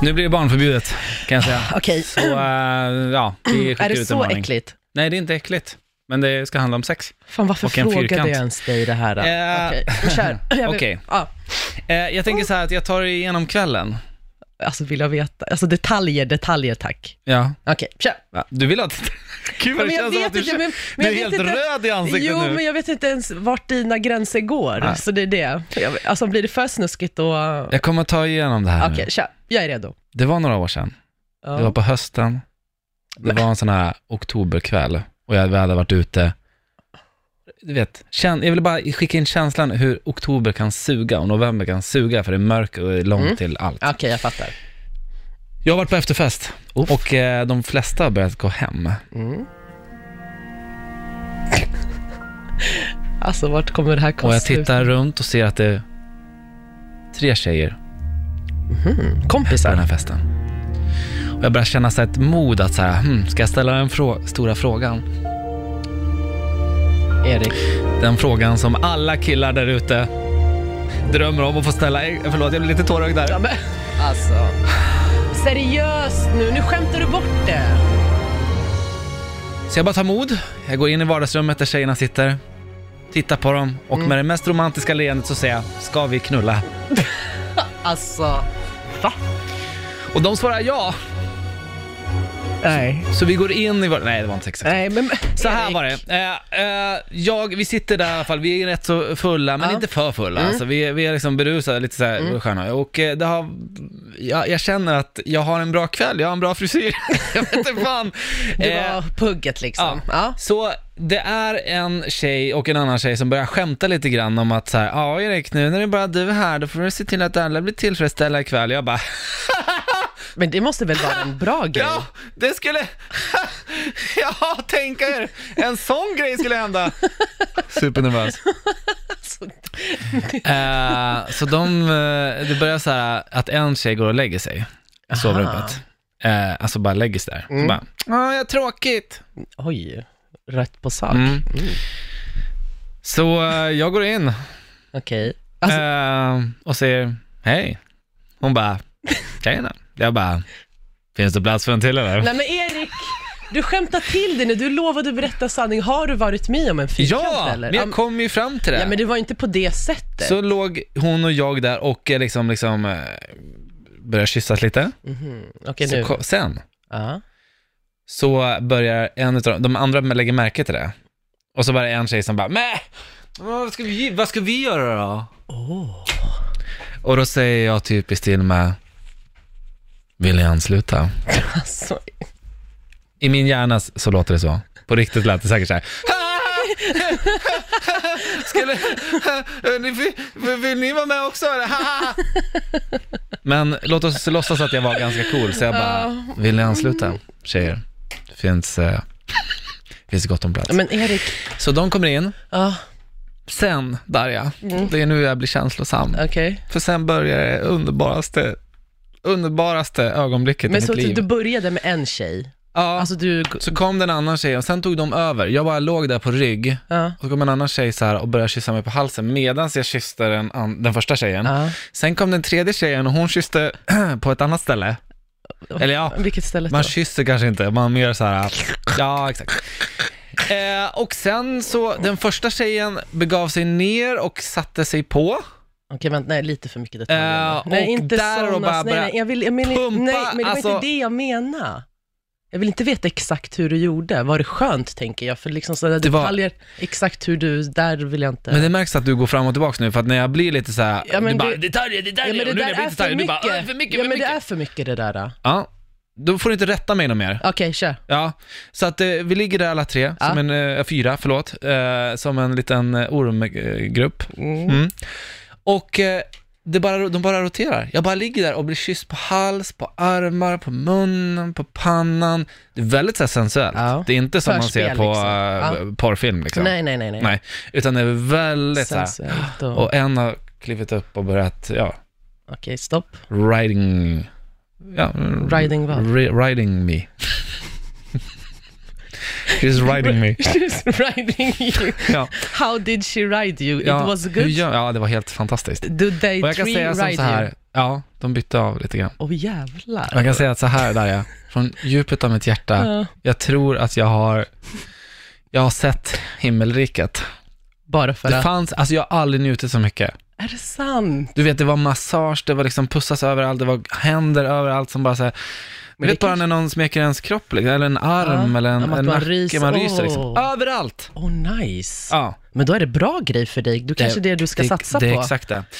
Nu blir det barnförbjudet, kan jag säga. Okej. Så, ja, vi Är det så äckligt? Nej, det är inte äckligt. Men det ska handla om sex. Fan, varför frågade jag ens dig det här? Okej, kör. Okej. Jag tänker så här att jag tar igenom kvällen. Alltså vill jag veta. Alltså detaljer tack. Ja. Okej, kör. Ja, du vill att... Gud vad det känns som att du är helt röd i ansiktet nu. Jo, men jag vet inte ens vart dina gränser går. Nej. Så det är det. Alltså blir det för snuskigt och... Jag kommer att ta igenom det här. Okej, kör. Jag är redo. Det var några år sedan. Ja. Det var på hösten. Det var en sån här oktoberkväll. Och vi hade varit ute. Du vet, jag vill bara skicka in känslan hur oktober kan suga och november kan suga, för det är mörkt och är långt till allt. Okej, jag fattar. Jag har varit på efterfest. Och de flesta har börjat gå hem. Alltså, vart kommer det här kosta? Och jag tittar runt och ser att det är 3 tjejer. Kompisar på den här festen. Och jag börjar känna så ett mod att så här, ska jag ställa den stora frågan? Erik. Den frågan som alla killar där ute drömmer om att få ställa. Förlåt, jag blir lite tårögd där. Ja, men, alltså, seriöst nu skämtar du bort det. Så jag bara tar mod. Jag går in i vardagsrummet där tjejerna sitter. Tittar på dem. Och med det mest romantiska leendet så säger jag, ska vi knulla? Alltså, va? Och de svarar ja. Nej. Så vi går in i nej, det var inte exakt. Nej, men så här var det. Vi sitter där i alla fall. Vi är rätt så fulla, men inte för fulla. Alltså, vi är liksom berusade, lite så här sköna. Och jag känner att jag har en bra kväll. Jag har en bra frisyr. Jag vet inte fan. Det var pugget liksom. Ja. Så det är en tjej och en annan tjej som börjar skämta lite grann om att så här, ja Erik, nu när det är bara du här, då får du se till att alla blir tillfredsställda ikväll. Jag bara... Men det måste väl vara en bra grej? Ja, det skulle... Ja, tänk er. En sån grej skulle hända. Supernervös. Så det börjar så här att en tjej går och lägger sig i sovrummet. Alltså bara lägger sig där. Så bara, jag är tråkigt. Oj, rätt på sak. Så jag går in. Okej. Alltså... Och säger, hej. Hon bara, tjejna. Jag bara, finns det plats för en till eller? Nej men Erik, du skämtar till det nu. Du lovade berätta sanning. Har du varit med om en fyrkant eller? Ja, men jag kom ju fram till det. Ja, men det var inte på det sättet. Så låg hon och jag där och liksom började kyssas lite. Okej, nu. Sen så börjar en av de andra lägger märke till det. Och så var det en tjej som bara, men vad ska vi göra då? Och då säger jag typ i stil med, vill jag ansluta? Alltså. I min hjärna så låter det så. På riktigt lät det säkert så här. Vill ni vara med också? Men låt oss låtsas att jag var ganska cool. Så jag bara, vill ni ansluta? Tjejer, finns gott om plats. Men Erik. Så de kommer in. Sen, Darja, det är nu jag blir känslosam. För sen börjar det underbaraste ögonblicket i mitt liv. Men så du började med en tjej? Ja, alltså så kom det en annan tjej och sen tog de över. Jag bara låg där på rygg. Och så kom en annan tjej så här och började kyssa mig på halsen medan jag kysste den första tjejen. Sen kom den tredje tjejen och hon kysste på ett annat ställe. Eller ja, vilket ställe man då? kysser kanske inte, man mer så här. Ja, exakt. Och sen så den första tjejen begav sig ner och satte sig på. Okej, men nej, lite för mycket detaljer. Nej, inte där och bara nej, jag vill pumpa, nej, men det var alltså, inte det jag menar. Jag vill inte veta exakt hur du gjorde. Var det skönt, tänker jag? För liksom sådana detaljer, exakt hur du, där vill jag inte... Men det märks att du går fram och tillbaka nu, för att när jag blir lite så här, ja, du bara, detaljer, ja, men det och nu där är för mycket. Bara, för mycket. Men det är för mycket det där. Ja, då får du inte rätta mig något mer. Okej, kör. Ja, så att vi ligger där alla tre, som fyra, som en liten ormgrupp. Och de bara roterar. Jag bara ligger där och blir kysst på hals, på armar, på munnen, på pannan. Det är väldigt så här sensuellt. Det är inte som man ser på porrfilm liksom. Nej. Utan det är väldigt sensuellt så här. Och en har klivit upp och börjat, Okej, stopp. Riding vad? Riding me. She's riding me. She's riding you. Ja. How did she ride you? Ja, It was good? Ja, det var helt fantastiskt. Do they Och jag kan säga som så här, ja, de bytte av lite grann. Jävlar. Jag kan säga att så här där jag, från djupet av mitt hjärta, jag tror att jag har sett himmelriket. Bara för det att... fanns, alltså jag har aldrig njutit så mycket. Är det sant? Du vet, det var massage, det var liksom pussas överallt, det var händer överallt som bara så här, men vet bara när någon smeker ens kropp liksom, eller en arm eller en nacke, man ryser liksom. Överallt! Nice. Ja. Men då är det bra grej för dig. Du kanske det du ska satsa på. Det är exakt det.